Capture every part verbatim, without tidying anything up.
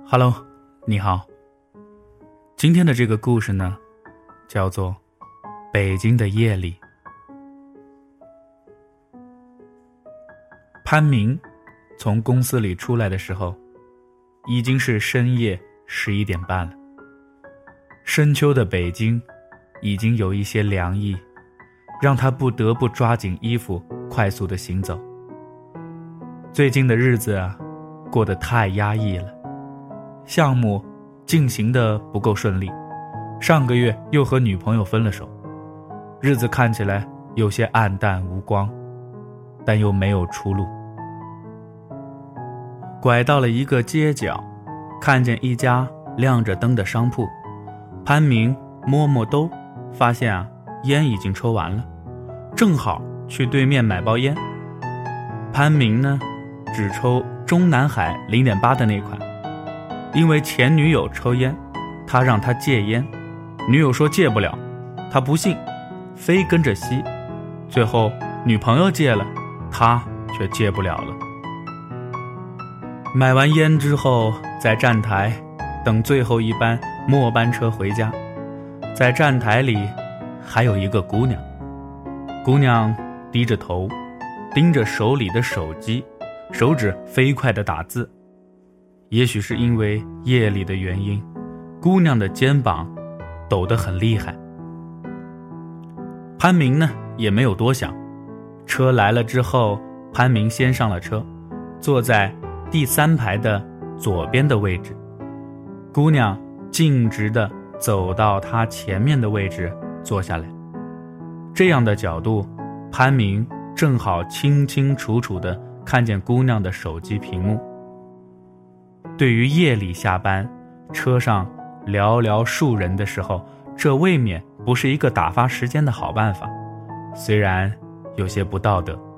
Hello， 你好。今天的这个故事呢，叫做《北京的夜里》。潘明从公司里出来的时候，已经是深夜十一点半了。深秋的北京已经有一些凉意，让他不得不抓紧衣服，快速地行走。最近的日子啊，过得太压抑了，项目进行得不够顺利，上个月又和女朋友分了手，日子看起来有些暗淡无光，但又没有出路。拐到了一个街角，看见一家亮着灯的商铺，潘明摸摸兜，发现啊，烟已经抽完了，正好去对面买包烟。潘明呢，只抽中南海 零点八 的那款，因为前女友抽烟，他让他戒烟，女友说戒不了，他不信，非跟着吸，最后女朋友戒了，他却戒不了了。买完烟之后，在站台等最后一班末班车回家，在站台里还有一个姑娘，姑娘低着头，盯着手里的手机，手指飞快地打字。也许是因为夜里的原因，姑娘的肩膀抖得很厉害。潘明呢，也没有多想，车来了之后，潘明先上了车，坐在第三排的左边的位置。姑娘径直地走到他前面的位置坐下来，这样的角度，潘明正好清清楚楚地看见姑娘的手机屏幕。对于夜里下班，车上寥寥数人的时候，这未免不是一个打发时间的好办法，虽然有些不道德。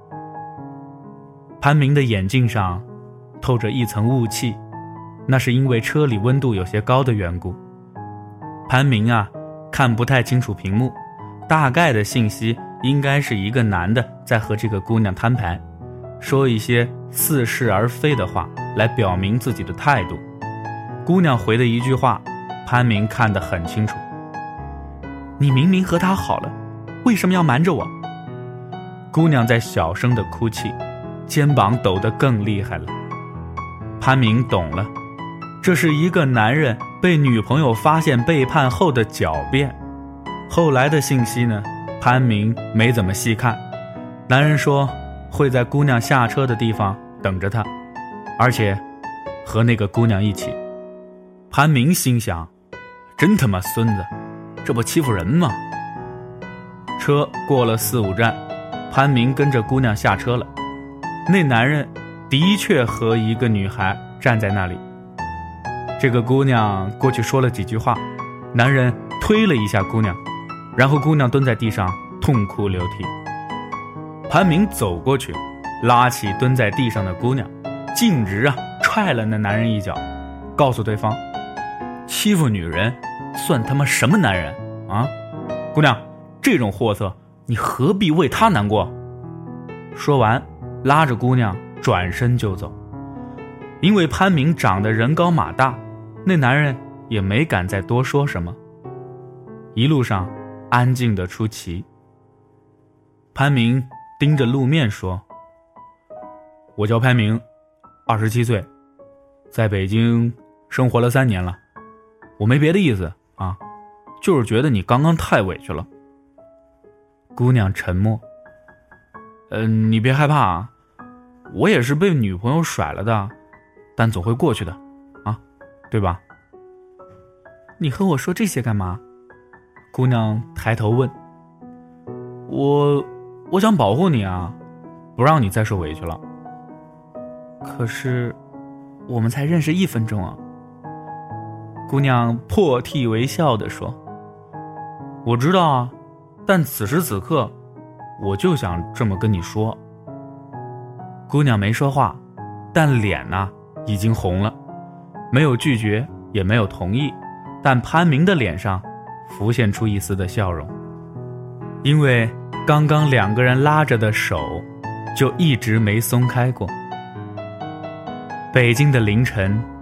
潘明的眼镜上透着一层雾气，那是因为车里温度有些高的缘故。潘明啊，看不太清楚屏幕，大概的信息应该是一个男的在和这个姑娘摊牌，说一些似是而非的话来表明自己的态度。姑娘回的一句话，潘明看得很清楚：你明明和他好了，为什么要瞒着我？姑娘在小声地哭泣，肩膀抖得更厉害了。潘明懂了，这是一个男人被女朋友发现背叛后的狡辩。后来的信息呢，潘明没怎么细看，男人说会在姑娘下车的地方等着他，而且和那个姑娘一起。潘明心想，真他妈孙子，这不欺负人吗？车过了四五站，潘明跟着姑娘下车了。那男人的确和一个女孩站在那里，这个姑娘过去说了几句话，男人推了一下姑娘，然后姑娘蹲在地上痛哭流涕。潘明走过去，拉起蹲在地上的姑娘，径直啊踹了那男人一脚，告诉对方，欺负女人算他妈什么男人啊？姑娘，这种货色你何必为他难过？说完拉着姑娘转身就走。因为潘明长得人高马大，那男人也没敢再多说什么，一路上安静的出奇。潘明盯着路面说，我叫潘明，二十七岁，在北京生活了三年了，我没别的意思啊，就是觉得你刚刚太委屈了。姑娘沉默。嗯、呃，你别害怕啊，我也是被女朋友甩了的，但总会过去的啊，对吧？你和我说这些干嘛？姑娘抬头问。我我想保护你啊，不让你再受委屈了。可是我们才认识一分钟啊。姑娘破涕为笑地说，我知道啊，但此时此刻我就想这么跟你说。姑娘没说话，但脸呢、啊、已经红了，没有拒绝也没有同意，但潘明的脸上浮现出一丝的笑容，因为刚刚两个人拉着的手就一直没松开过。北京的凌晨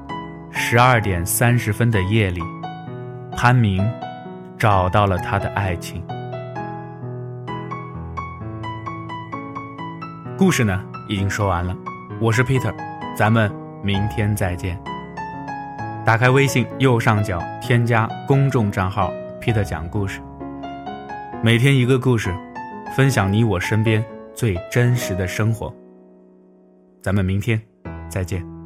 十二点三十分的夜里，潘明找到了他的爱情。故事呢已经说完了，我是 Peter， 咱们明天再见。打开微信右上角添加公众账号 Peter 讲故事，每天一个故事，分享你我身边最真实的生活。咱们明天再见。